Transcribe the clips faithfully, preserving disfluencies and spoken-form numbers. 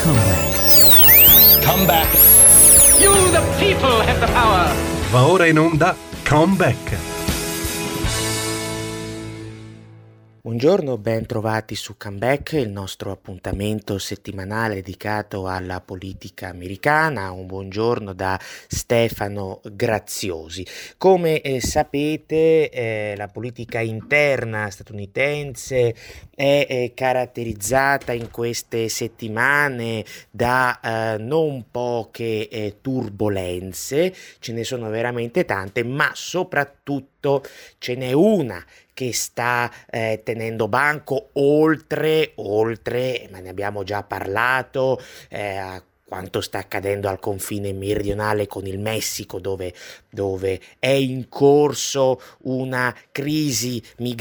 Comeback. Come back. You the people have the power. Va ora in onda Comeback. Buongiorno, ben trovati su Comeback, il nostro appuntamento settimanale dedicato alla politica americana. Un buongiorno da Stefano Graziosi. Come eh, sapete, eh, la politica interna statunitense è eh, caratterizzata in queste settimane da eh, non poche eh, turbolenze, ce ne sono veramente tante, ma soprattutto ce n'è una che sta eh, tenendo banco oltre, oltre, ma ne abbiamo già parlato, eh, a quanto sta accadendo al confine meridionale con il Messico, dove, dove è in corso una crisi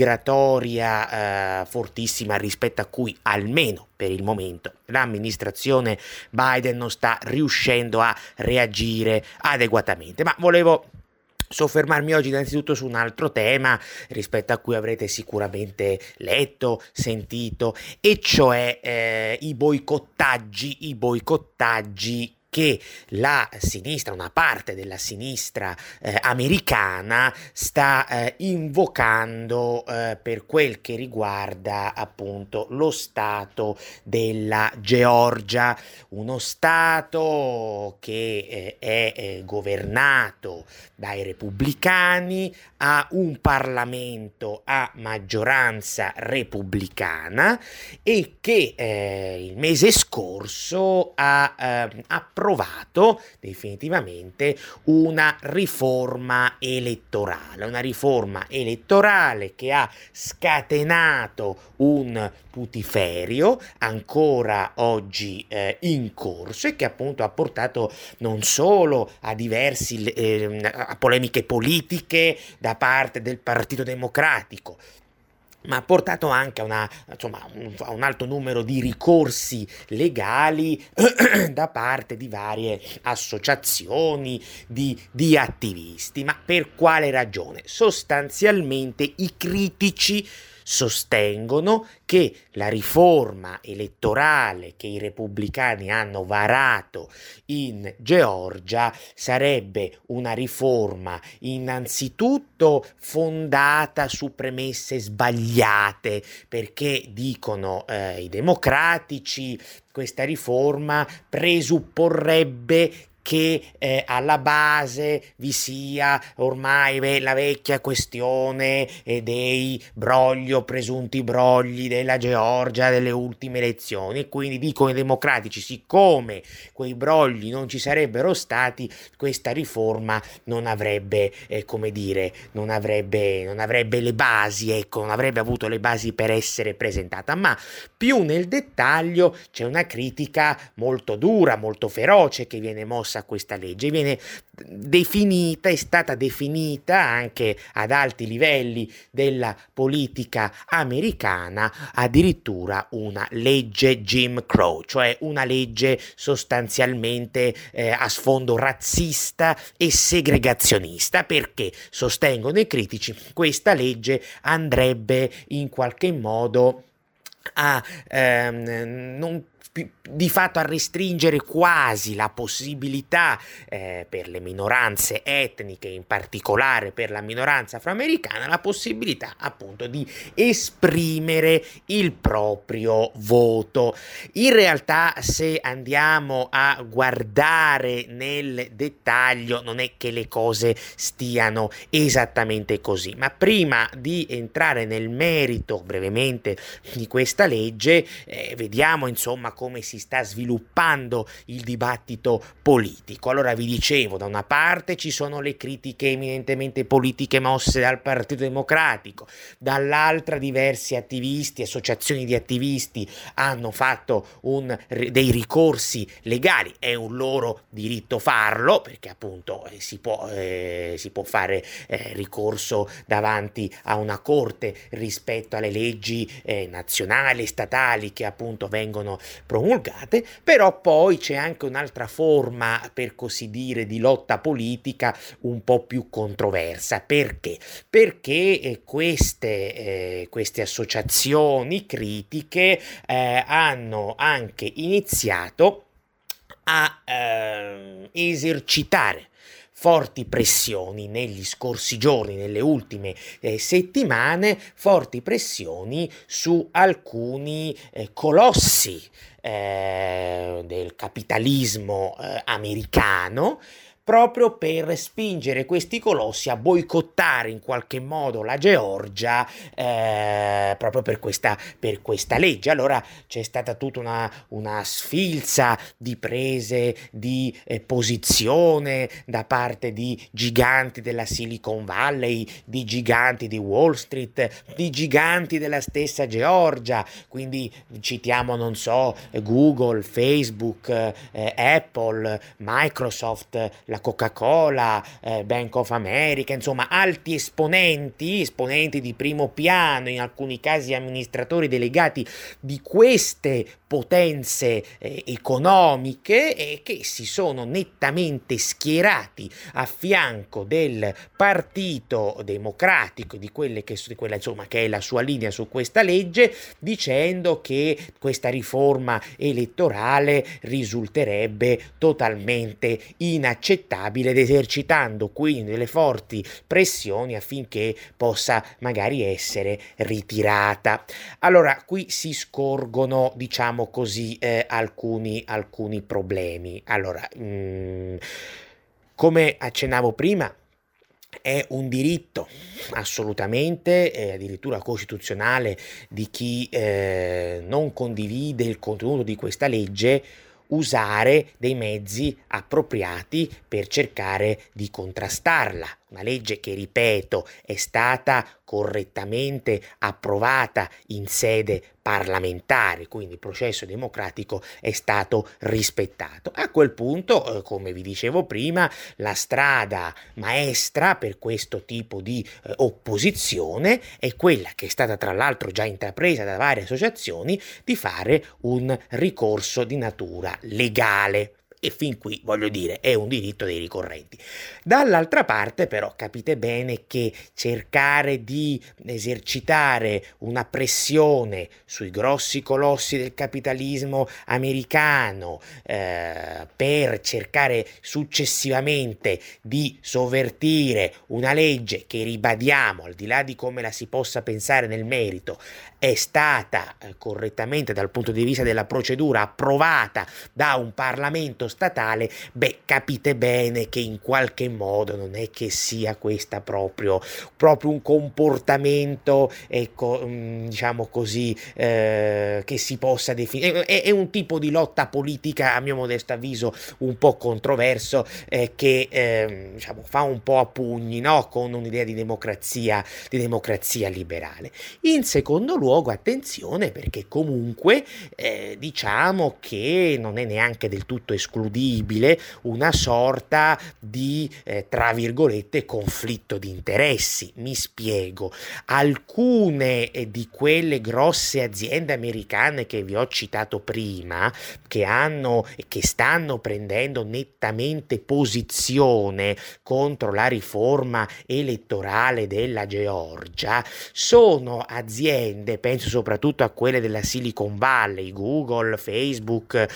migratoria eh, fortissima, rispetto a cui almeno per il momento l'amministrazione Biden non sta riuscendo a reagire adeguatamente. Ma volevo soffermarmi oggi innanzitutto su un altro tema rispetto a cui avrete sicuramente letto, sentito, e cioè eh, i boicottaggi, i boicottaggi che la sinistra, una parte della sinistra eh, americana sta eh, invocando eh, per quel che riguarda appunto lo stato della Georgia, uno stato che eh, è eh, governato dai repubblicani, ha un Parlamento a maggioranza repubblicana e che eh, il mese scorso ha eh, approvato definitivamente una riforma elettorale, una riforma elettorale che ha scatenato un putiferio ancora oggi eh, in corso e che appunto ha portato non solo a diversi eh, a polemiche politiche da parte del Partito Democratico, ma ha portato anche a, una, insomma, a un alto numero di ricorsi legali da parte di varie associazioni di, di attivisti. Ma per quale ragione? Sostanzialmente i critici sostengono che la riforma elettorale che i repubblicani hanno varato in Georgia sarebbe una riforma innanzitutto fondata su premesse sbagliate, perché dicono eh, i democratici questa riforma presupporrebbe che eh, alla base vi sia ormai ve- la vecchia questione eh, dei brogli o presunti brogli della Georgia delle ultime elezioni, e quindi dicono i democratici, siccome quei brogli non ci sarebbero stati, questa riforma non avrebbe eh, come dire non avrebbe non avrebbe le basi, ecco, non avrebbe avuto le basi per essere presentata. Ma più nel dettaglio c'è una critica molto dura, molto feroce che viene mossa a questa legge. Viene definita, è stata definita anche ad alti livelli della politica americana addirittura una legge Jim Crow, cioè una legge sostanzialmente eh, a sfondo razzista e segregazionista, perché sostengono i critici questa legge andrebbe in qualche modo a ehm, non di fatto a restringere quasi la possibilità eh, per le minoranze etniche, in particolare per la minoranza afroamericana, la possibilità appunto di esprimere il proprio voto. In realtà, se andiamo a guardare nel dettaglio, non è che le cose stiano esattamente così, ma prima di entrare nel merito brevemente di questa legge, eh, vediamo insomma come si sta sviluppando il dibattito politico. Allora vi dicevo, da una parte ci sono le critiche eminentemente politiche mosse dal Partito Democratico, dall'altra diversi attivisti, associazioni di attivisti hanno fatto un, dei ricorsi legali, è un loro diritto farlo, perché appunto eh, si può, eh, si può fare eh, ricorso davanti a una corte rispetto alle leggi eh, nazionali statali, statali che appunto vengono promulgate, però poi c'è anche un'altra forma, per così dire, di lotta politica un po' più controversa. Perché? Perché eh, queste, eh, queste associazioni critiche eh, hanno anche iniziato a eh, esercitare forti pressioni negli scorsi giorni, nelle ultime eh, settimane, forti pressioni su alcuni eh, colossi eh, del capitalismo eh, americano, proprio per spingere questi colossi a boicottare in qualche modo la Georgia eh, proprio per questa, per questa legge. Allora c'è stata tutta una, una sfilza di prese di eh, posizione da parte di giganti della Silicon Valley, di giganti di Wall Street, di giganti della stessa Georgia, quindi citiamo, non so, Google, Facebook, eh, Apple, Microsoft, la Coca-Cola, eh, Bank of America, insomma alti esponenti, esponenti di primo piano, in alcuni casi amministratori delegati di queste potenze eh, economiche eh, che si sono nettamente schierati a fianco del Partito Democratico, di quelle che, di quella, insomma, che è la sua linea su questa legge, dicendo che questa riforma elettorale risulterebbe totalmente inaccettabile ed esercitando quindi delle forti pressioni affinché possa magari essere ritirata. Allora qui si scorgono, diciamo così, eh, alcuni, alcuni problemi. Allora, mh, come accennavo prima, è un diritto assolutamente, eh, addirittura costituzionale, di chi eh, non condivide il contenuto di questa legge usare dei mezzi appropriati per cercare di contrastarla. Una legge che, ripeto, è stata correttamente approvata in sede parlamentare, quindi il processo democratico è stato rispettato. A quel punto, eh, come vi dicevo prima, la strada maestra per questo tipo di eh, opposizione è quella che è stata tra l'altro già intrapresa da varie associazioni, di fare un ricorso di natura legale. E fin qui, voglio dire, è un diritto dei ricorrenti. Dall'altra parte, però, capite bene che cercare di esercitare una pressione sui grossi colossi del capitalismo americano eh, per cercare successivamente di sovvertire una legge che, ribadiamo, al di là di come la si possa pensare nel merito, è stata eh, correttamente dal punto di vista della procedura approvata da un Parlamento statale, beh, capite bene che in qualche modo non è che sia questa proprio, proprio un comportamento, ecco, mh, diciamo così, eh, che si possa definire, è, è un tipo di lotta politica, a mio modesto avviso, un po' controverso, eh, che eh, diciamo, fa un po' a pugni, no? Con un'idea di democrazia, di democrazia liberale. In secondo luogo, attenzione, perché comunque eh, diciamo che non è neanche del tutto escludibile una sorta di, eh, tra virgolette, conflitto di interessi. Mi spiego. Alcune eh, di quelle grosse aziende americane che vi ho citato prima, che hanno e che stanno prendendo nettamente posizione contro la riforma elettorale della Georgia, sono aziende, penso soprattutto a quelle della Silicon Valley, Google, Facebook,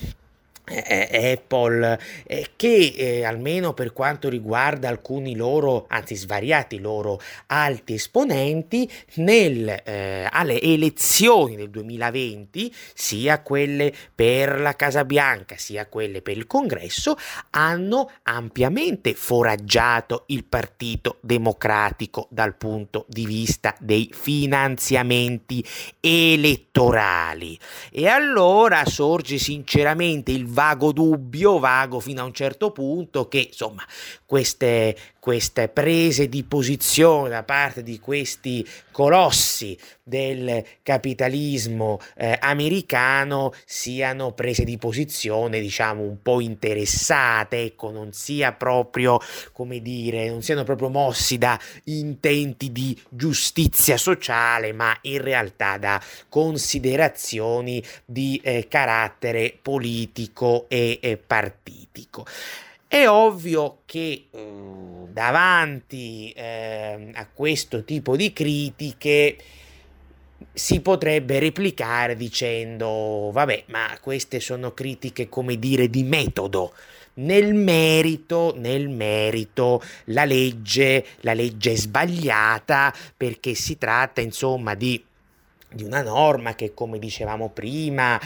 Apple, eh, che eh, almeno per quanto riguarda alcuni loro, anzi svariati loro alti esponenti, nel, eh, alle elezioni del duemilaventi, sia quelle per la Casa Bianca sia quelle per il Congresso, hanno ampiamente foraggiato il Partito Democratico dal punto di vista dei finanziamenti elettorali. E allora sorge sinceramente il vago dubbio, vago fino a un certo punto, che insomma queste, queste prese di posizione da parte di questi colossi del capitalismo eh, americano siano prese di posizione, diciamo, un po' interessate, ecco, non sia proprio, come dire, non siano proprio mossi da intenti di giustizia sociale, ma in realtà da considerazioni di eh, carattere politico e eh, partitico. È ovvio che eh, davanti eh, a questo tipo di critiche si potrebbe replicare dicendo: vabbè, ma queste sono critiche, come dire, di metodo. Nel merito, nel merito, la legge, la legge è sbagliata, perché si tratta, insomma, di di una norma che, come dicevamo prima,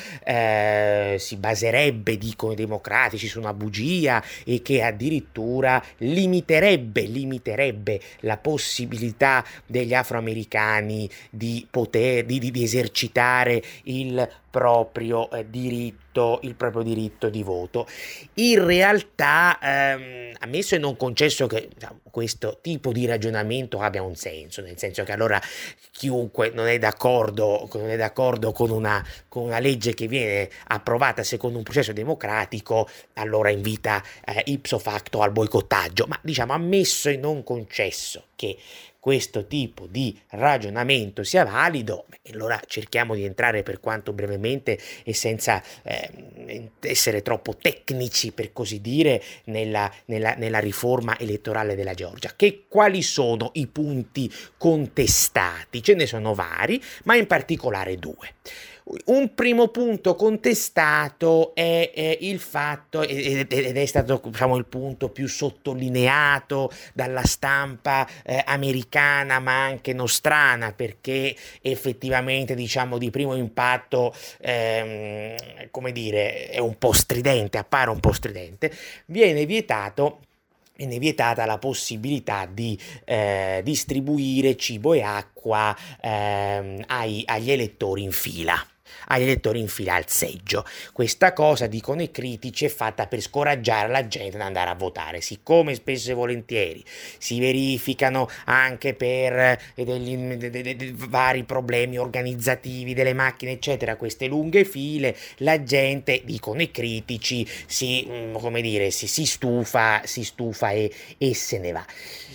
eh, si baserebbe, dicono i democratici, su una bugia, e che addirittura limiterebbe, limiterebbe la possibilità degli afroamericani di poter, di, di, di esercitare il proprio eh, diritto, il proprio diritto di voto. In realtà, ehm, ammesso e non concesso che, diciamo, questo tipo di ragionamento abbia un senso, nel senso che allora chiunque non è d'accordo, non è d'accordo con una, con una legge che viene approvata secondo un processo democratico, allora invita eh, ipso facto al boicottaggio. Ma, diciamo, ammesso e non concesso che questo tipo di ragionamento sia valido, beh, allora cerchiamo di entrare, per quanto brevemente e senza eh, essere troppo tecnici, per così dire, nella, nella, nella riforma elettorale della Georgia. Che quali sono i punti contestati? Ce ne sono vari, ma in particolare due. Un primo punto contestato è, è il fatto, ed è stato, diciamo, il punto più sottolineato dalla stampa eh, americana, ma anche nostrana, perché effettivamente, diciamo, di primo impatto, ehm, come dire, è un po' stridente, appare un po' stridente. Viene vietato Viene vietata la possibilità di eh, distribuire cibo e acqua ehm, ai, agli elettori in fila. agli elettori in fila al seggio. Questa cosa, dicono i critici, è fatta per scoraggiare la gente ad andare a votare. Siccome spesso e volentieri si verificano anche per degli de, de, de, vari problemi organizzativi delle macchine, eccetera, queste lunghe file, la gente, dicono i critici, si, come dire, si, si stufa, si stufa e, e se ne va.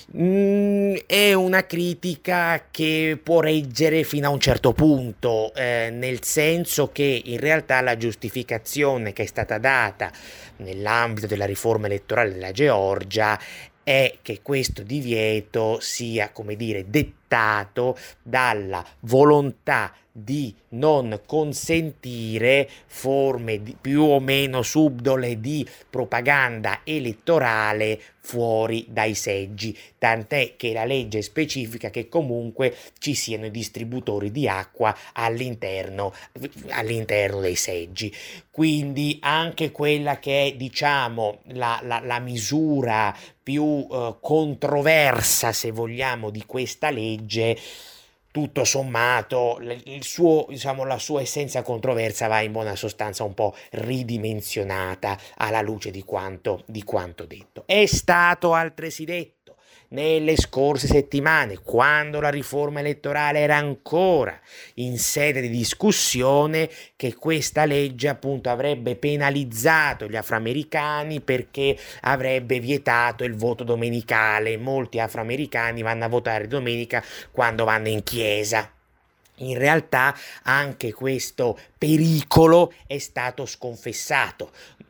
Mm, è una critica che può reggere fino a un certo punto, eh, nel senso che in realtà la giustificazione che è stata data nell'ambito della riforma elettorale della Georgia è che questo divieto sia, come dire, dettato dalla volontà di non consentire forme di, più o meno subdole di propaganda elettorale fuori dai seggi, tant'è che la legge specifica che comunque ci siano i distributori di acqua all'interno, all'interno dei seggi. Quindi anche quella che è, diciamo, la, la, la misura più eh, controversa, se vogliamo, di questa legge, tutto sommato, il suo, diciamo, la sua essenza controversa va in buona sostanza un po' ridimensionata alla luce di quanto, di quanto detto. È stato altresì detto nelle scorse settimane, quando la riforma elettorale era ancora in sede di discussione, che questa legge appunto avrebbe penalizzato gli afroamericani perché avrebbe vietato il voto domenicale. Molti afroamericani vanno a votare domenica quando vanno in chiesa. In realtà anche questo pericolo è stato sconfessato,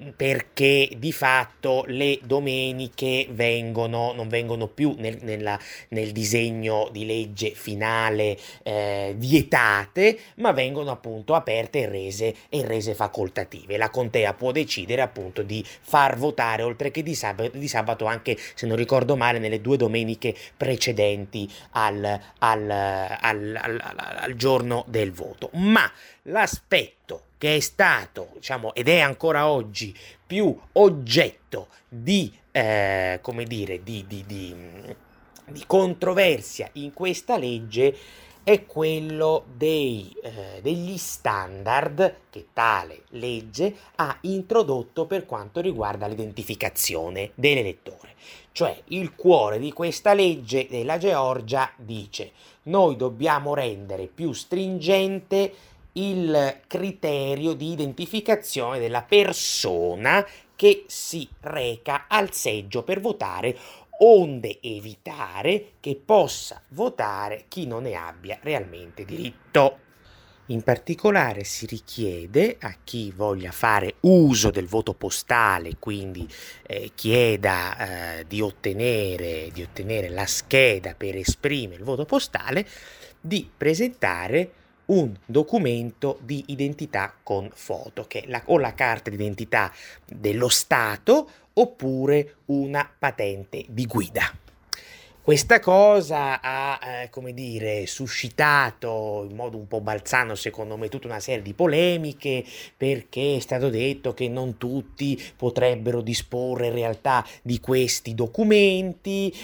perché di fatto le domeniche vengono, non vengono più nel, nella, nel disegno di legge finale eh, vietate, ma vengono appunto aperte e rese, e rese facoltative. La contea può decidere appunto di far votare, oltre che di sabato, di sabato anche, se non ricordo male, nelle due domeniche precedenti al, al, al, al, al, al giorno del voto. Ma l'aspetto che è stato, diciamo, ed è ancora oggi più oggetto di, eh, come dire, di, di, di, di controversia in questa legge è quello dei, eh, degli standard che tale legge ha introdotto per quanto riguarda l'identificazione dell'elettore. Cioè il cuore di questa legge della Georgia dice: noi dobbiamo rendere più stringente il criterio di identificazione della persona che si reca al seggio per votare, onde evitare che possa votare chi non ne abbia realmente diritto. In particolare si richiede a chi voglia fare uso del voto postale, quindi eh, chieda eh, di ottenere, di ottenere la scheda per esprimere il voto postale, di presentare un documento di identità con foto, che è la, o la carta d'identità dello Stato oppure una patente di guida. Questa cosa ha, eh, come dire, suscitato in modo un po' balzano, secondo me, tutta una serie di polemiche, perché è stato detto che non tutti potrebbero disporre in realtà di questi documenti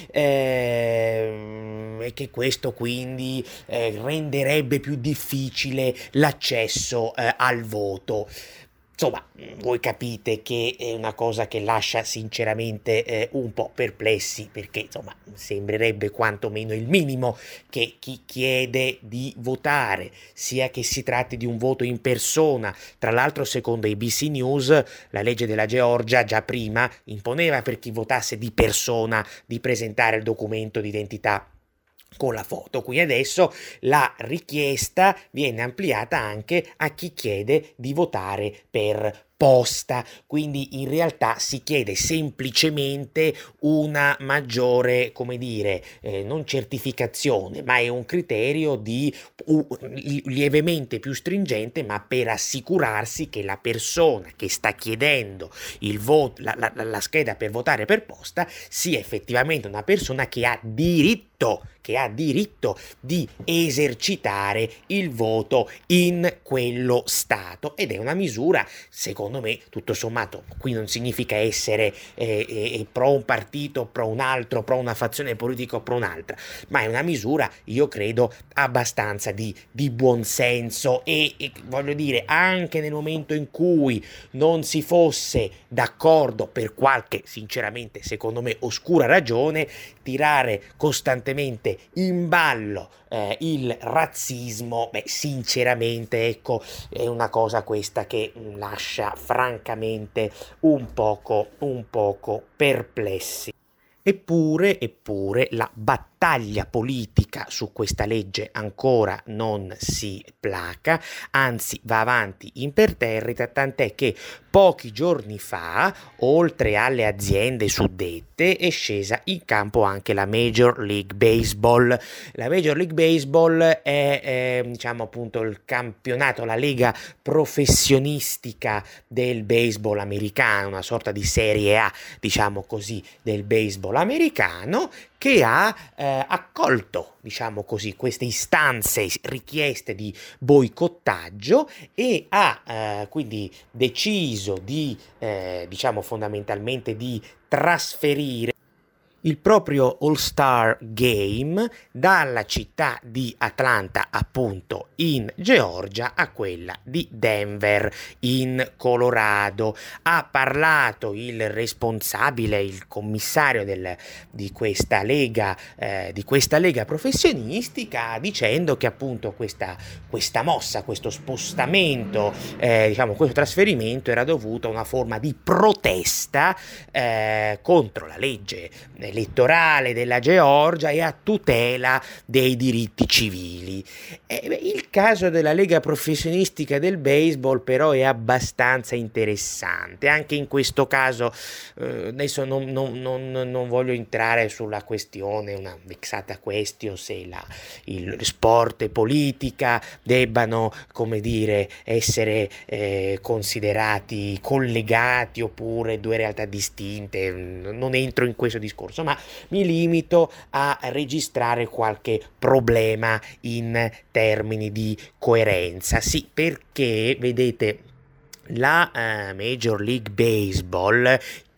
eh, e che questo quindi eh, renderebbe più difficile l'accesso eh, al voto. Insomma, voi capite che è una cosa che lascia sinceramente eh, un po' perplessi, perché insomma sembrerebbe quantomeno il minimo che chi chiede di votare, sia che si tratti di un voto in persona, tra l'altro secondo A B C News la legge della Georgia già prima imponeva per chi votasse di persona di presentare il documento di identità con la foto. Qui adesso la richiesta viene ampliata anche a chi chiede di votare per posta, quindi in realtà si chiede semplicemente una maggiore, come dire, eh, non certificazione, ma è un criterio di uh, lievemente più stringente, ma per assicurarsi che la persona che sta chiedendo il voto, la, la, la scheda per votare per posta, sia effettivamente una persona che ha diritto che ha diritto di esercitare il voto in quello Stato, ed è una misura, secondo me, tutto sommato, qui non significa essere eh, eh, pro un partito, pro un altro, pro una fazione politica o pro un'altra, ma è una misura, io credo, abbastanza di, di buonsenso e, e voglio dire, anche nel momento in cui non si fosse d'accordo per qualche, sinceramente, secondo me, oscura ragione, tirare costantemente in ballo eh, il razzismo, beh, sinceramente, ecco, è una cosa questa che lascia francamente un poco, un poco perplessi. Eppure, eppure, la battaglia politica su questa legge ancora non si placa, anzi va avanti imperterrita, tant'è che pochi giorni fa, oltre alle aziende suddette, è scesa in campo anche la Major League Baseball. La Major League Baseball è, è diciamo appunto il campionato, la lega professionistica del baseball americano, una sorta di serie A, diciamo così, del baseball americano, che ha eh, accolto, diciamo così, queste istanze, richieste di boicottaggio e ha eh, quindi deciso di, eh, diciamo fondamentalmente, di trasferire il proprio All-Star Game dalla città di Atlanta, appunto in Georgia, a quella di Denver in Colorado. Ha parlato il responsabile, il commissario del, di questa lega eh, di questa lega professionistica, dicendo che appunto questa, questa mossa, questo spostamento, eh, diciamo questo trasferimento era dovuto a una forma di protesta eh, contro la legge elettorale della Georgia e a tutela dei diritti civili. E, beh, il caso della lega professionistica del baseball però è abbastanza interessante. Anche in questo caso eh, adesso non, non, non, non voglio entrare sulla questione, una vexata question, se la, il sport e politica debbano, come dire, essere eh, considerati collegati oppure due realtà distinte. Non entro in questo discorso, ma mi limito a registrare qualche problema in termini di coerenza. Sì, perché vedete, la uh, Major League Baseball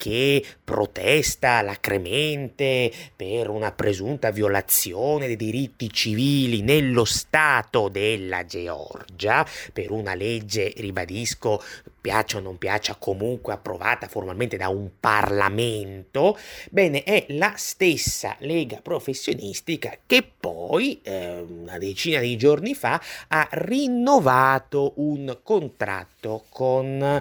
che protesta alacremente per una presunta violazione dei diritti civili nello Stato della Georgia, per una legge, ribadisco, piaccia o non piaccia, comunque approvata formalmente da un Parlamento, bene, è la stessa Lega Professionistica che poi, eh, una decina di giorni fa, ha rinnovato un contratto con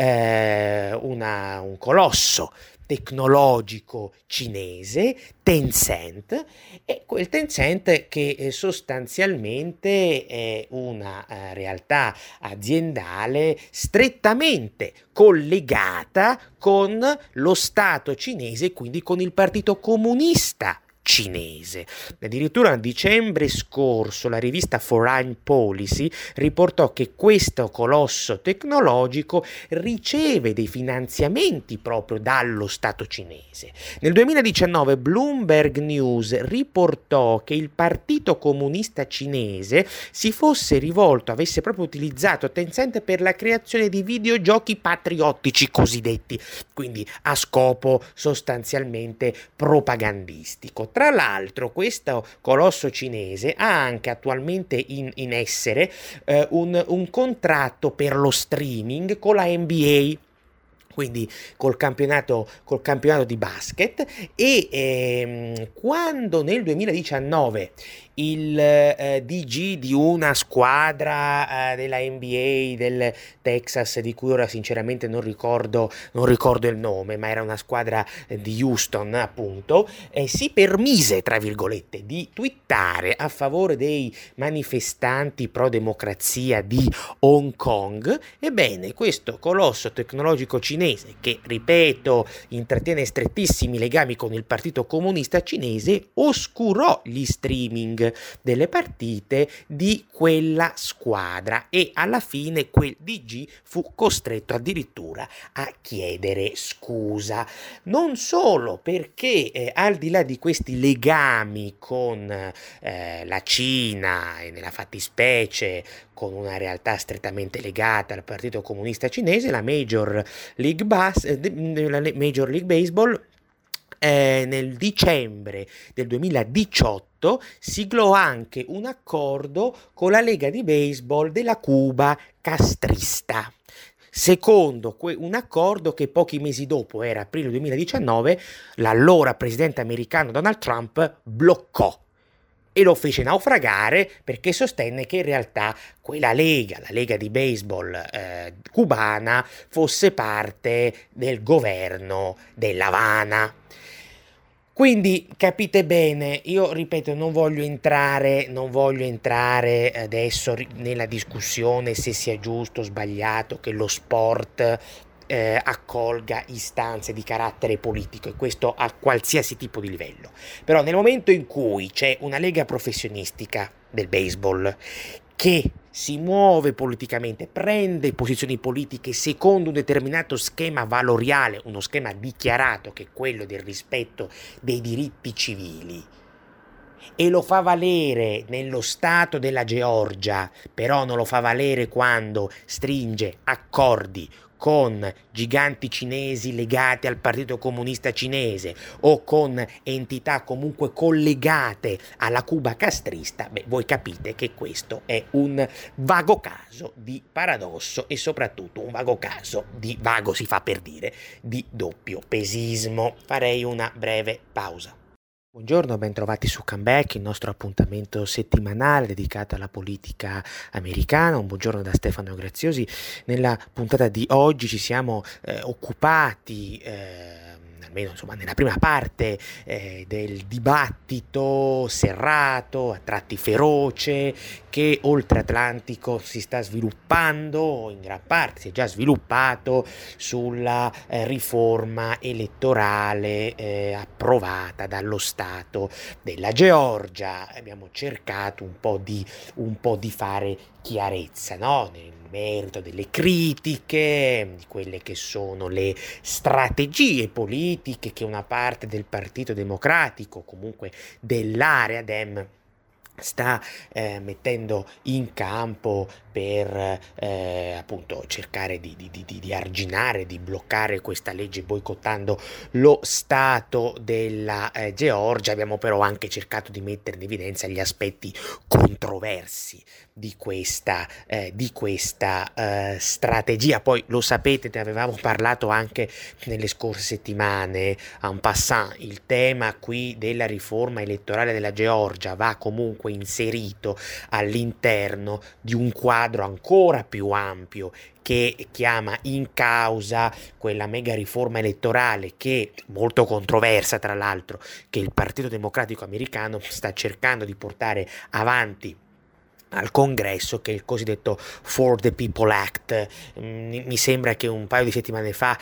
eh, una, un colosso tecnologico cinese, Tencent, e quel Tencent che eh, sostanzialmente è una eh, realtà aziendale strettamente collegata con lo Stato cinese, quindi con il Partito Comunista cinese. Addirittura a dicembre scorso la rivista Foreign Policy riportò che questo colosso tecnologico riceve dei finanziamenti proprio dallo Stato cinese. Nel duemiladiciannove Bloomberg News riportò che il Partito Comunista cinese si fosse rivolto, avesse proprio utilizzato Tencent per la creazione di videogiochi patriottici cosiddetti, quindi a scopo sostanzialmente propagandistico. Tra l'altro questo colosso cinese ha anche attualmente in, in essere eh, un, un contratto per lo streaming con la N B A, quindi col campionato, col campionato di basket, e ehm, quando nel duemiladiciannove il eh, D G di una squadra eh, della N B A del Texas, di cui ora sinceramente non ricordo, non ricordo il nome, ma era una squadra eh, di Houston appunto, eh, si permise, tra virgolette, di twittare a favore dei manifestanti pro democrazia di Hong Kong. Ebbene, questo colosso tecnologico cinese, che ripeto intrattiene strettissimi legami con il Partito Comunista cinese, oscurò gli streaming delle partite di quella squadra e alla fine quel D G fu costretto addirittura a chiedere scusa. Non solo perché eh, al di là di questi legami con eh, la Cina e nella fattispecie con una realtà strettamente legata al Partito Comunista cinese, la Major League, Bas- eh, la Major League Baseball Eh, nel dicembre del duemiladiciotto siglò anche un accordo con la Lega di Baseball della Cuba castrista. Secondo que- un accordo che pochi mesi dopo, era aprile duemiladiciannove, l'allora presidente americano Donald Trump bloccò e lo fece naufragare perché sostenne che in realtà quella lega, la Lega di Baseball eh, cubana, fosse parte del governo dell'Havana. Quindi capite bene, io ripeto, non voglio entrare, non voglio entrare adesso nella discussione se sia giusto o sbagliato che lo sport eh, accolga istanze di carattere politico, e questo a qualsiasi tipo di livello. Però nel momento in cui c'è una lega professionistica del baseball che si muove politicamente, prende posizioni politiche secondo un determinato schema valoriale, uno schema dichiarato che è quello del rispetto dei diritti civili, e lo fa valere nello Stato della Georgia, però non lo fa valere quando stringe accordi con giganti cinesi legati al Partito Comunista cinese o con entità comunque collegate alla Cuba castrista, beh, voi capite che questo è un vago caso di paradosso e soprattutto un vago caso di, vago si fa per dire, di doppio pesismo. Farei una breve pausa. Buongiorno, ben trovati su Comeback, il nostro appuntamento settimanale dedicato alla politica americana. Un buongiorno da Stefano Graziosi. Nella puntata di oggi ci siamo eh, occupati, eh, almeno insomma nella prima parte, eh, del dibattito serrato, a tratti feroce, che oltre Atlantico si sta sviluppando, in gran parte si è già sviluppato, sulla eh, riforma elettorale eh, approvata dallo Stato della Georgia. Abbiamo cercato un po' di, un po' di fare chiarezza, no? Nel merito delle critiche, di quelle che sono le strategie politiche che una parte del Partito Democratico, comunque dell'area Dem, sta eh, mettendo in campo per eh, appunto cercare di, di, di, di arginare, di bloccare questa legge, boicottando lo Stato della eh, Georgia. Abbiamo però anche cercato di mettere in evidenza gli aspetti controversi di questa, eh, di questa eh, strategia. Poi lo sapete, ne avevamo parlato anche nelle scorse settimane, en passant, il tema qui della riforma elettorale della Georgia va comunque inserito all'interno di un quadro ancora più ampio che chiama in causa quella mega riforma elettorale, che molto controversa tra l'altro, che il Partito Democratico americano sta cercando di portare avanti al Congresso, che è il cosiddetto For the People Act. Mi sembra che un paio di settimane fa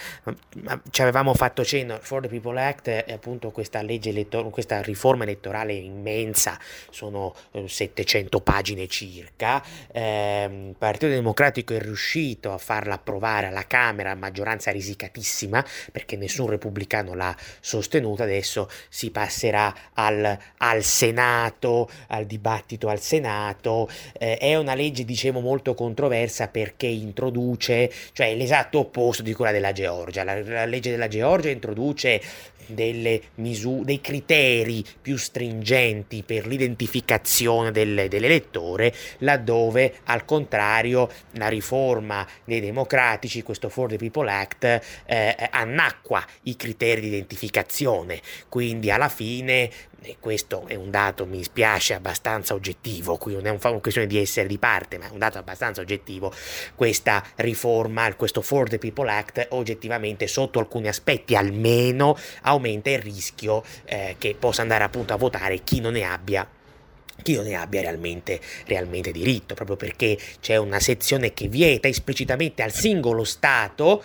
ci avevamo fatto cenno. For the People Act è appunto questa legge elettorale, questa riforma elettorale immensa, sono settecento pagine circa. Eh, il Partito Democratico è riuscito a farla approvare alla Camera a maggioranza risicatissima, perché nessun repubblicano l'ha sostenuta. Adesso si passerà al, al Senato, al dibattito al Senato. Eh, è una legge, dicevo, molto controversa, perché introduce, cioè l'esatto opposto di quella della Georgia. La, la legge della Georgia introduce delle misure, dei criteri più stringenti per l'identificazione del, dell'elettore, laddove al contrario la riforma dei democratici, questo For the People Act, eh, annacqua i criteri di identificazione. Quindi alla fine, e questo è un dato, mi spiace, abbastanza oggettivo, qui non è una questione di essere di parte, ma è un dato abbastanza oggettivo, questa riforma, questo For the People Act, oggettivamente sotto alcuni aspetti almeno aumenta il rischio eh, che possa andare appunto a votare chi non ne abbia chi non ne abbia realmente, realmente diritto, proprio perché c'è una sezione che vieta esplicitamente al singolo Stato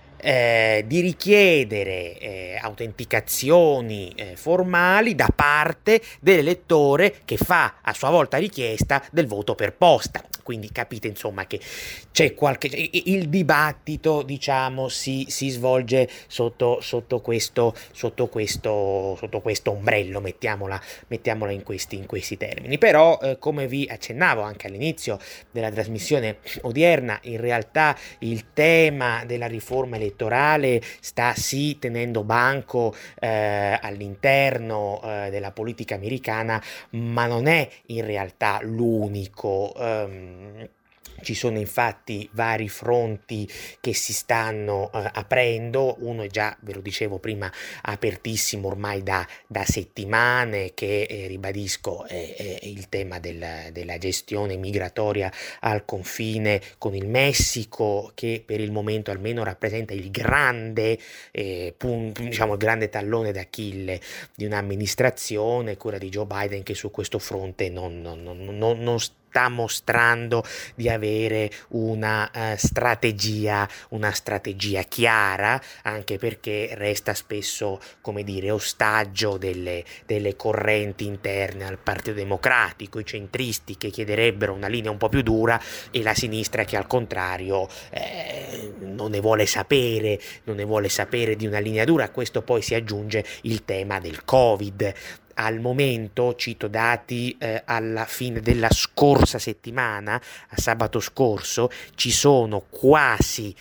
Eh, di richiedere eh, autenticazioni eh, formali da parte dell'elettore che fa a sua volta richiesta del voto per posta. Quindi capite insomma che c'è qualche, il dibattito, diciamo, si, si svolge sotto, sotto questo sotto questo sotto questo ombrello, mettiamola, mettiamola in questi in questi termini. Però eh, come vi accennavo anche all'inizio della trasmissione odierna, in realtà il tema della riforma elettorale sta sì tenendo banco eh, all'interno eh, della politica americana, ma non è in realtà l'unico. Um, Ci sono infatti vari fronti che si stanno eh, aprendo. Uno è già, ve lo dicevo prima, apertissimo ormai da, da settimane, che eh, ribadisco è, è il tema del, della gestione migratoria al confine con il Messico, che per il momento almeno rappresenta il grande, eh, pun, diciamo, il grande tallone d'Achille di un'amministrazione, quella di Joe Biden, che su questo fronte non, non, non, non, non sta mostrando di avere una uh, strategia, una strategia chiara, anche perché resta spesso, come dire, ostaggio delle, delle correnti interne al Partito Democratico, i centristi che chiederebbero una linea un po' più dura e la sinistra che al contrario eh, non ne vuole sapere, non ne vuole sapere di una linea dura. A questo poi si aggiunge il tema del Covid. Al momento, cito dati eh, alla fine della scorsa settimana, a sabato scorso, ci sono quasi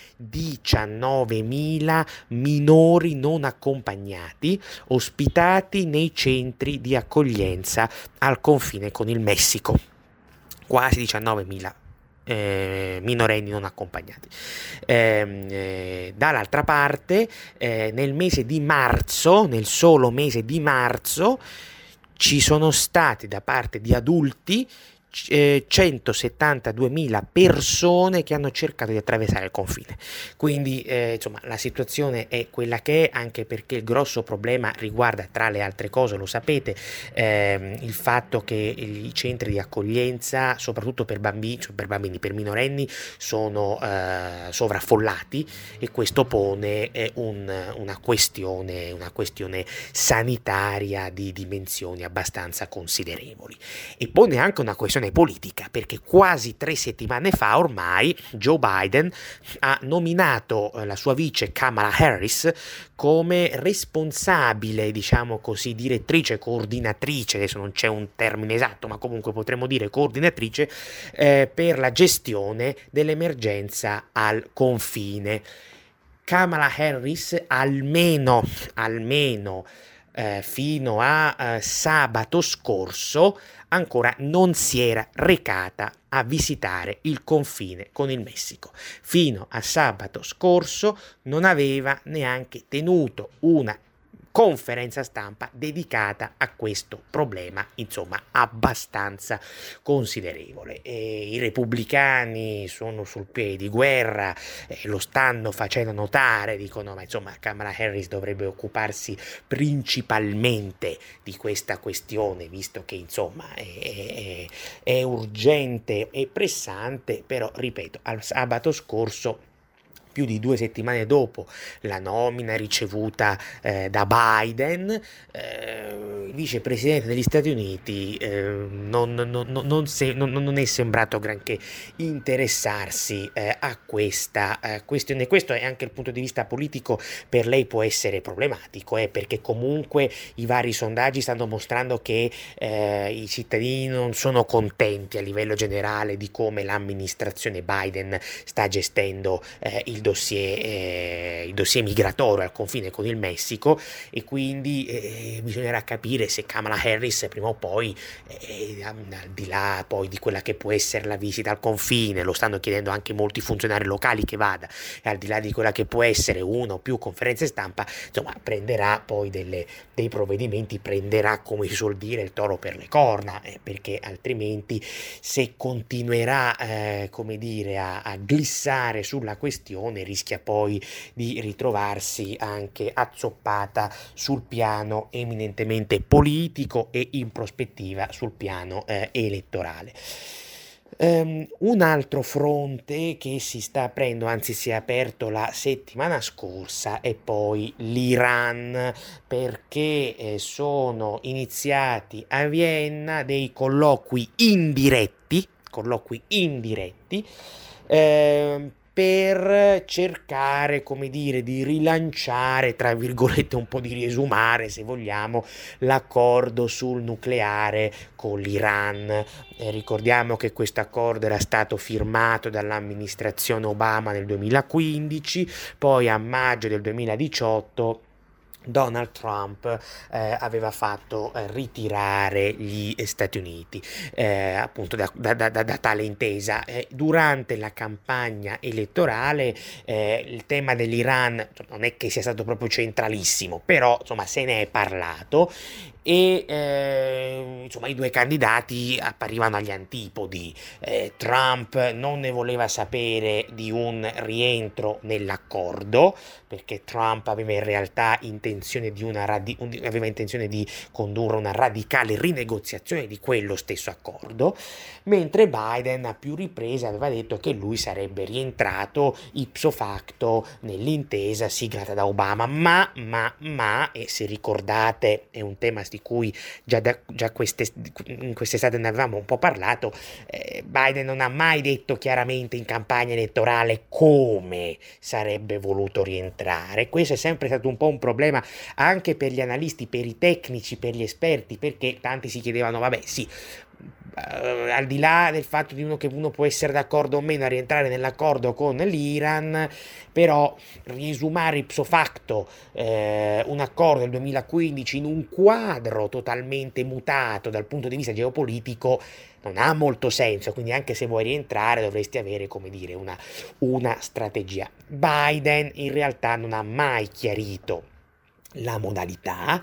diciannovemila minori non accompagnati ospitati nei centri di accoglienza al confine con il Messico. Quasi diciannovemila Eh, minorenni non accompagnati. Eh, eh, dall'altra parte, eh, nel mese di marzo, nel solo mese di marzo, ci sono stati da parte di adulti eh, centosettantaduemila persone che hanno cercato di attraversare il confine. Quindi eh, insomma la situazione è quella che è, anche perché il grosso problema riguarda, tra le altre cose, lo sapete, ehm, il fatto che i centri di accoglienza, soprattutto per bambini, cioè per bambini, per minorenni, sono eh, sovraffollati, e questo pone eh, un, una questione una questione sanitaria di dimensioni abbastanza considerevoli, e pone anche una questione situazione politica, perché quasi tre settimane fa ormai Joe Biden ha nominato la sua vice Kamala Harris come responsabile, diciamo così, direttrice, coordinatrice, adesso non c'è un termine esatto, ma comunque potremmo dire coordinatrice, eh, per la gestione dell'emergenza al confine. Kamala Harris almeno, almeno eh, fino a eh, sabato scorso ancora non si era recata a visitare il confine con il Messico. Fino a sabato scorso non aveva neanche tenuto una conferenza stampa dedicata a questo problema, insomma, abbastanza considerevole. E i repubblicani sono sul piede di guerra, eh, lo stanno facendo notare, dicono, ma insomma, Kamala Harris dovrebbe occuparsi principalmente di questa questione, visto che, insomma, è, è, è urgente e pressante, però, ripeto, al sabato scorso, più di due settimane dopo la nomina ricevuta eh, da Biden, eh, il vicepresidente degli Stati Uniti eh, non, non, non, non, se, non, non è sembrato granché interessarsi eh, a questa eh, questione. Questo è anche il punto di vista politico, per lei può essere problematico, eh, perché comunque i vari sondaggi stanno mostrando che eh, i cittadini non sono contenti a livello generale di come l'amministrazione Biden sta gestendo eh, il dossier, eh, il dossier migratorio al confine con il Messico, e quindi eh, bisognerà capire se Kamala Harris prima o poi, eh, al di là poi di quella che può essere la visita al confine, lo stanno chiedendo anche molti funzionari locali che vada, e al di là di quella che può essere una o più conferenze stampa, insomma, prenderà poi delle, dei provvedimenti, prenderà, come si suol dire, il toro per le corna, eh, perché altrimenti, se continuerà eh, come dire a, a glissare sulla questione, rischia poi di ritrovarsi anche azzoppata sul piano eminentemente politico e in prospettiva sul piano eh, elettorale. Um, un altro fronte che si sta aprendo, anzi si è aperto la settimana scorsa, è poi l'Iran, perché eh, sono iniziati a Vienna dei colloqui indiretti, colloqui indiretti, eh, per cercare, come dire, di rilanciare, tra virgolette, un po' di riesumare, se vogliamo, l'accordo sul nucleare con l'Iran. Eh, ricordiamo che questo accordo era stato firmato dall'amministrazione Obama nel duemilaquindici, poi a maggio del duemiladiciotto Donald Trump eh, aveva fatto eh, ritirare gli Stati Uniti eh, appunto da, da, da, da tale intesa. Eh, durante la campagna elettorale eh, il tema dell'Iran non è che sia stato proprio centralissimo, però insomma se ne è parlato, e eh, insomma i due candidati apparivano agli antipodi. eh, Trump non ne voleva sapere di un rientro nell'accordo, perché Trump aveva in realtà intenzione di una radi- aveva intenzione di condurre una radicale rinegoziazione di quello stesso accordo, mentre Biden a più riprese aveva detto che lui sarebbe rientrato ipso facto nell'intesa siglata da Obama, ma, ma, ma, e se ricordate è un tema di cui già, da, già queste, in quest'estate ne avevamo un po' parlato, eh, Biden non ha mai detto chiaramente in campagna elettorale come sarebbe voluto rientrare. Questo è sempre stato un po' un problema anche per gli analisti, per i tecnici, per gli esperti, perché tanti si chiedevano, vabbè sì, Uh, al di là del fatto di uno che uno può essere d'accordo o meno a rientrare nell'accordo con l'Iran, però riesumare ipso facto eh, un accordo del duemilaquindici in un quadro totalmente mutato dal punto di vista geopolitico non ha molto senso, quindi anche se vuoi rientrare dovresti avere, come dire, una, una strategia. Biden in realtà non ha mai chiarito la modalità.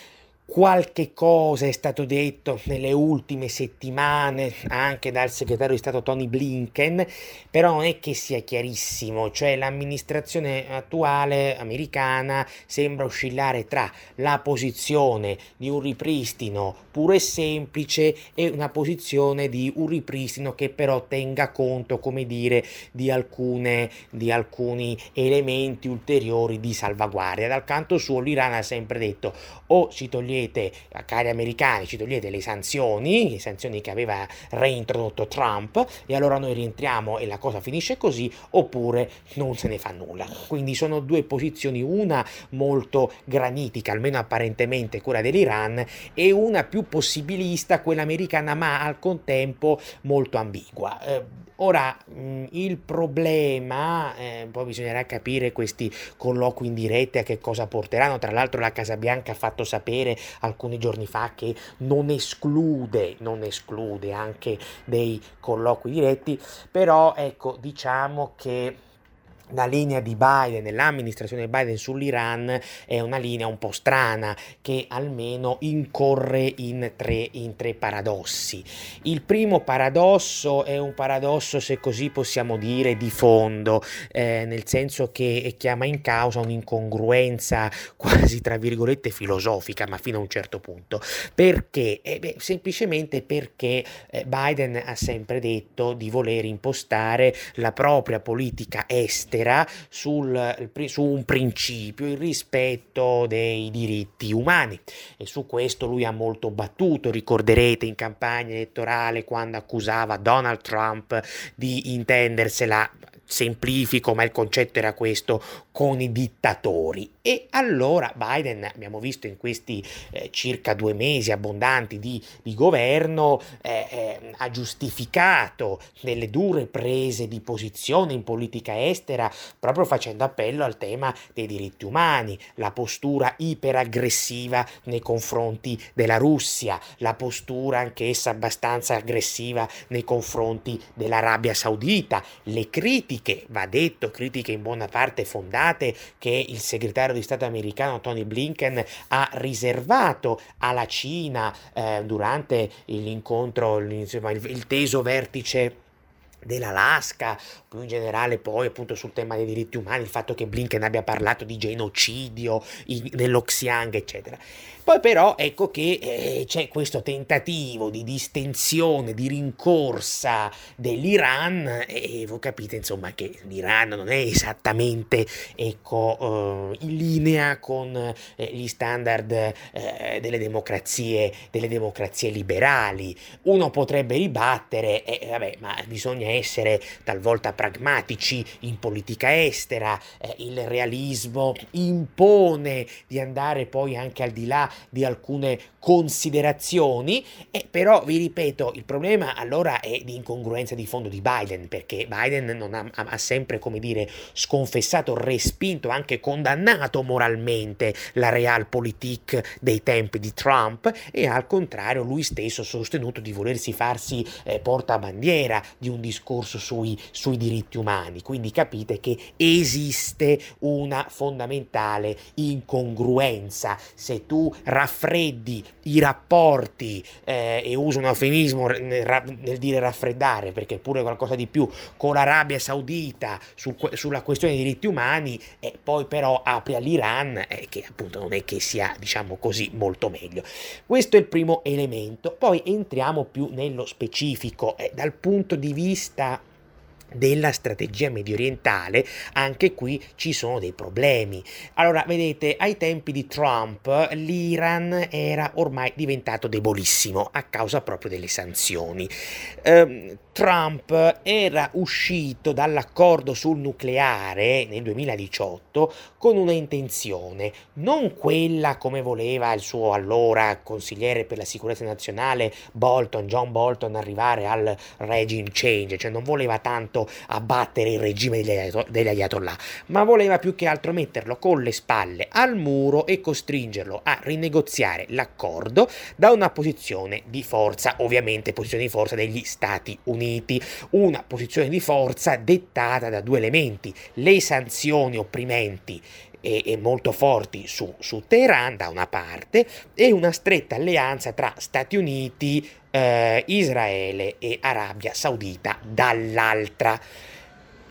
Qualche cosa è stato detto nelle ultime settimane anche dal segretario di Stato Tony Blinken, però non è che sia chiarissimo, cioè l'amministrazione attuale americana sembra oscillare tra la posizione di un ripristino puro e semplice e una posizione di un ripristino che però tenga conto, come dire, di alcune di alcuni elementi ulteriori di salvaguardia. Dal canto suo l'Iran ha sempre detto o si toglie togliete, cari americani, ci togliete le sanzioni, le sanzioni che aveva reintrodotto Trump, e allora noi rientriamo e la cosa finisce così, oppure non se ne fa nulla. Quindi sono due posizioni, una molto granitica, almeno apparentemente quella dell'Iran, e una più possibilista, quella americana, ma al contempo molto ambigua. Eh, ora, mh, il problema, eh, poi bisognerà capire questi colloqui in diretta a che cosa porteranno. Tra l'altro la Casa Bianca ha fatto sapere alcuni giorni fa che non esclude, non esclude anche dei colloqui diretti, però ecco, diciamo che la linea di Biden, dell'amministrazione Biden sull'Iran, è una linea un po' strana, che almeno incorre in tre, in tre paradossi. Il primo paradosso è un paradosso, se così possiamo dire, di fondo, eh, nel senso che chiama in causa un'incongruenza quasi tra virgolette filosofica, ma fino a un certo punto. Perché? Eh beh, semplicemente perché eh, Biden ha sempre detto di voler impostare la propria politica estera Sul, su un principio, il rispetto dei diritti umani, e su questo lui ha molto battuto. Ricorderete in campagna elettorale quando accusava Donald Trump di intendersela, semplifico ma il concetto era questo, con i dittatori. E allora Biden, abbiamo visto in questi eh, circa due mesi abbondanti di, di governo, eh, eh, ha giustificato delle dure prese di posizione in politica estera proprio facendo appello al tema dei diritti umani, la postura iperaggressiva nei confronti della Russia, la postura anch'essa abbastanza aggressiva nei confronti dell'Arabia Saudita, le critiche, va detto, critiche in buona parte fondate, che il segretario di Stato americano Tony Blinken ha riservato alla Cina eh, durante l'incontro, insomma, il, il teso vertice dell'Alaska, più in generale poi appunto sul tema dei diritti umani, il fatto che Blinken abbia parlato di genocidio in, nello Xinjiang, eccetera. Poi però ecco che eh, c'è questo tentativo di distensione, di rincorsa dell'Iran, e voi capite insomma che l'Iran non è esattamente ecco eh, in linea con eh, gli standard eh, delle democrazie delle democrazie liberali. Uno potrebbe ribattere, eh, vabbè, ma bisogna essere talvolta pragmatici in politica estera, eh, il realismo impone di andare poi anche al di là di alcune considerazioni, e però vi ripeto, il problema allora è di incongruenza di fondo di Biden, perché Biden non ha, ha sempre, come dire, sconfessato, respinto, anche condannato moralmente la realpolitik dei tempi di Trump, e al contrario lui stesso ha sostenuto di volersi farsi eh, portabandiera di un discorso sui, sui diritti umani. Quindi capite che esiste una fondamentale incongruenza. Se tu raffreddi i rapporti, eh, e uso un eufemismo nel, nel dire raffreddare, perché è pure qualcosa di più, con l'Arabia Saudita su, sulla questione dei diritti umani, e poi però apri all'Iran, eh, che appunto non è che sia, diciamo così, molto meglio. Questo è il primo elemento. Poi entriamo più nello specifico, eh, dal punto di vista della strategia mediorientale. Anche qui ci sono dei problemi. Allora, vedete, ai tempi di Trump l'Iran era ormai diventato debolissimo a causa proprio delle sanzioni. Eh, Trump era uscito dall'accordo sul nucleare nel duemiladiciotto con una intenzione, non quella come voleva il suo allora consigliere per la sicurezza nazionale Bolton, John Bolton, arrivare al regime change, cioè non voleva tanto abbattere il regime degli, ayatollah, degli ayatollah, ma voleva più che altro metterlo con le spalle al muro e costringerlo a rinegoziare l'accordo da una posizione di forza, ovviamente posizione di forza degli Stati Uniti, una posizione di forza dettata da due elementi: le sanzioni opprimenti e, e molto forti su, su Teheran da una parte, e una stretta alleanza tra Stati Uniti, eh, Israele e Arabia Saudita dall'altra.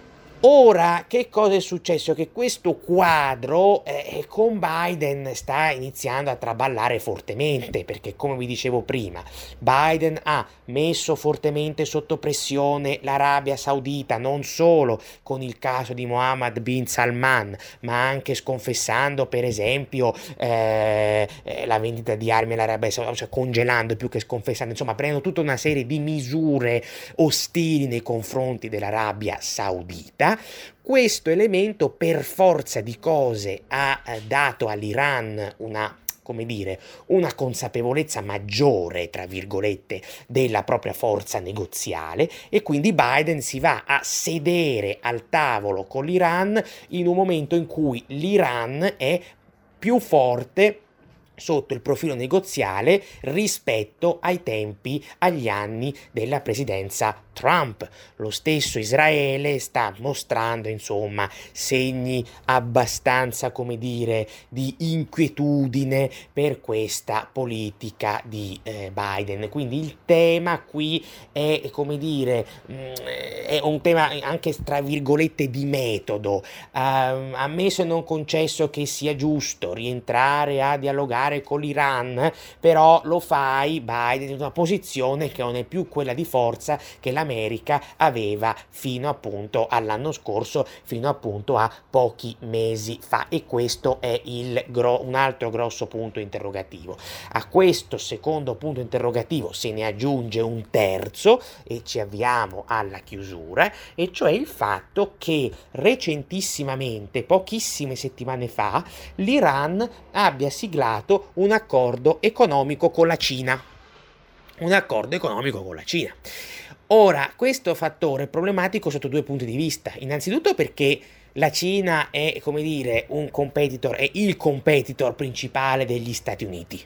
Ora, che cosa è successo? Che questo quadro eh, con Biden sta iniziando a traballare fortemente, perché come vi dicevo prima, Biden ha messo fortemente sotto pressione l'Arabia Saudita, non solo con il caso di Mohammed bin Salman, ma anche sconfessando per esempio eh, eh, la vendita di armi all'Arabia Saudita, cioè congelando più che sconfessando, insomma prendendo tutta una serie di misure ostili nei confronti dell'Arabia Saudita. Questo elemento per forza di cose ha eh, dato all'Iran una, come dire, una consapevolezza maggiore, tra virgolette, della propria forza negoziale, e quindi Biden si va a sedere al tavolo con l'Iran in un momento in cui l'Iran è più forte sotto il profilo negoziale rispetto ai tempi, agli anni della presidenza Trump. Lo stesso Israele sta mostrando, insomma, segni abbastanza, come dire, di inquietudine per questa politica di eh, Biden. Quindi il tema qui è, come dire, mh, è un tema anche tra virgolette di metodo. Uh, ammesso e non concesso che sia giusto rientrare a dialogare con l'Iran, però lo fai Biden in una posizione che non è più quella di forza che l'America aveva fino appunto all'anno scorso, fino appunto a pochi mesi fa, e questo è il gro- un altro grosso punto interrogativo. A questo secondo punto interrogativo se ne aggiunge un terzo e ci avviamo alla chiusura, e cioè il fatto che recentissimamente, pochissime settimane fa, l'Iran abbia siglato un accordo economico con la Cina. Un accordo economico con la Cina. Ora, questo fattore è problematico sotto due punti di vista. Innanzitutto perché la Cina è, come dire, un competitor, è il competitor principale degli Stati Uniti.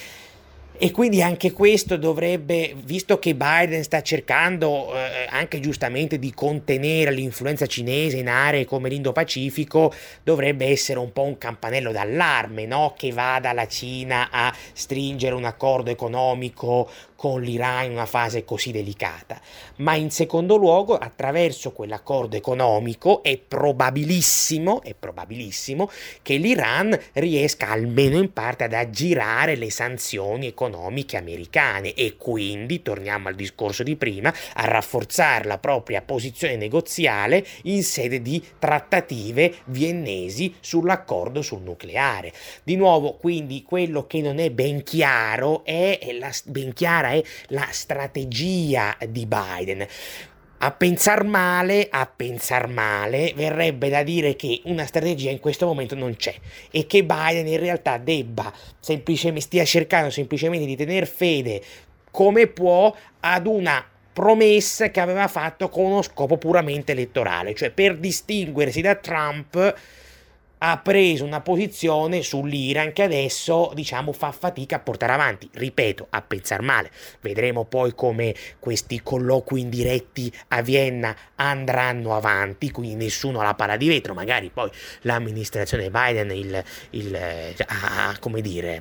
E quindi anche questo dovrebbe, visto che Biden sta cercando eh, anche giustamente di contenere l'influenza cinese in aree come l'Indo-Pacifico, dovrebbe essere un po' un campanello d'allarme, no? Che vada la Cina a stringere un accordo economico con l'Iran in una fase così delicata. Ma in secondo luogo, attraverso quell'accordo economico è probabilissimo, è probabilissimo che l'Iran riesca almeno in parte ad aggirare le sanzioni economiche americane e quindi, torniamo al discorso di prima, a rafforzare la propria posizione negoziale in sede di trattative viennesi sull'accordo sul nucleare. Di nuovo, quindi, quello che non è ben chiaro è la ben chiara è la strategia di Biden. A pensar male, a pensar male, verrebbe da dire che una strategia in questo momento non c'è e che Biden in realtà debba semplicemente, stia cercando semplicemente di tener fede come può ad una promessa che aveva fatto con uno scopo puramente elettorale, cioè per distinguersi da Trump ha preso una posizione sull'Iran che adesso, diciamo, fa fatica a portare avanti. Ripeto, a pensar male. Vedremo poi come questi colloqui indiretti a Vienna andranno avanti, quindi nessuno ha la palla di vetro. Magari poi l'amministrazione Biden il, il, ha, come dire,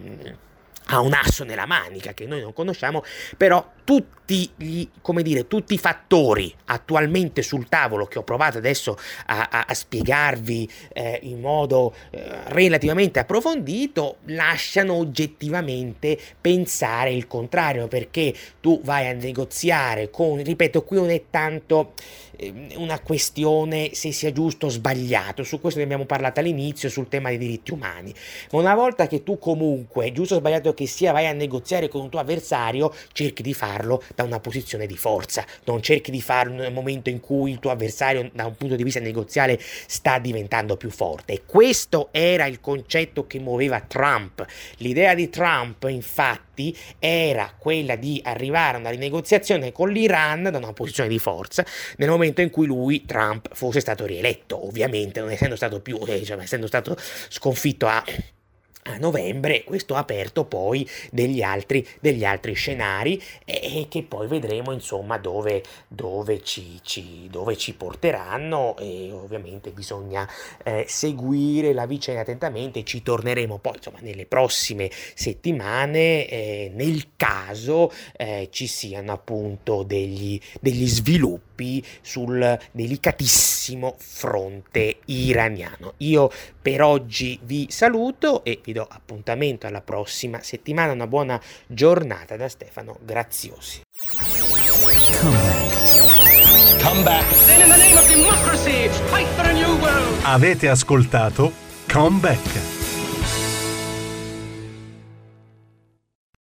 ha un asso nella manica che noi non conosciamo, però tutti gli, come dire, tutti i fattori attualmente sul tavolo che ho provato adesso a, a, a spiegarvi eh, in modo eh, relativamente approfondito lasciano oggettivamente pensare il contrario, perché tu vai a negoziare con, ripeto, qui non è tanto eh, una questione se sia giusto o sbagliato, su questo ne abbiamo parlato all'inizio sul tema dei diritti umani, ma una volta che tu comunque, giusto o sbagliato che sia, vai a negoziare con un tuo avversario, cerchi di farlo da una posizione di forza, non cerchi di farlo nel momento in cui il tuo avversario da un punto di vista negoziale sta diventando più forte. E questo era il concetto che muoveva Trump. L'idea di Trump infatti era quella di arrivare a una rinegoziazione con l'Iran da una posizione di forza nel momento in cui lui, Trump, fosse stato rieletto, ovviamente non essendo stato più, eh, cioè, essendo stato sconfitto a a novembre. Questo ha aperto poi degli altri, degli altri scenari e, e che poi vedremo insomma dove, dove, ci, ci, dove ci porteranno, e ovviamente bisogna eh, seguire la vicenda attentamente. Ci torneremo poi insomma nelle prossime settimane eh, nel caso eh, ci siano appunto degli, degli sviluppi sul delicatissimo fronte iraniano. Io per oggi vi saluto e vi do appuntamento alla prossima settimana. Una buona giornata da Stefano Graziosi. Come back. Come back. Then in the name of democracy, fight for a new world. Avete ascoltato Come Back.